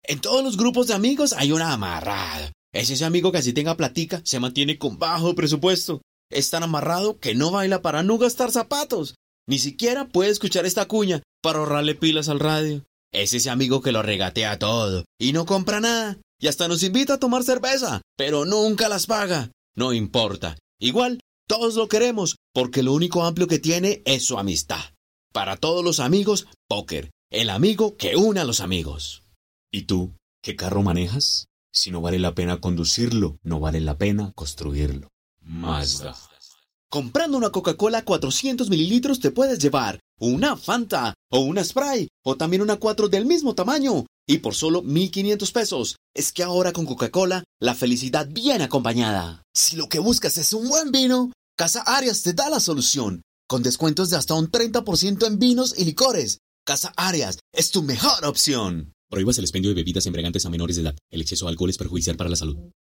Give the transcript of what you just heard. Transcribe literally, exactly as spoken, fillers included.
En todos los grupos de amigos hay un amarrado. Es ese amigo que así tenga platica, se mantiene con bajo presupuesto. Es tan amarrado que no baila para no gastar zapatos. Ni siquiera puede escuchar esta cuña para ahorrarle pilas al radio. Es ese amigo que lo regatea todo y no compra nada. Y hasta nos invita a tomar cerveza, pero nunca las paga. No importa. Igual, todos lo queremos, porque lo único amplio que tiene es su amistad. Para todos los amigos, Póker, el amigo que une a los amigos. ¿Y tú, qué carro manejas? Si no vale la pena conducirlo, no vale la pena construirlo. Mazda. Comprando una Coca-Cola cuatrocientos mililitros te puedes llevar una Fanta o una Sprite o también una cuatro del mismo tamaño y por solo mil quinientos pesos. Es que ahora con Coca-Cola la felicidad viene acompañada. Si lo que buscas es un buen vino, Casa Arias te da la solución, con descuentos de hasta un treinta por ciento en vinos y licores. Casa Arias es tu mejor opción. Prohíbas el expendio de bebidas embriagantes a menores de edad. El exceso de alcohol es perjudicial para la salud.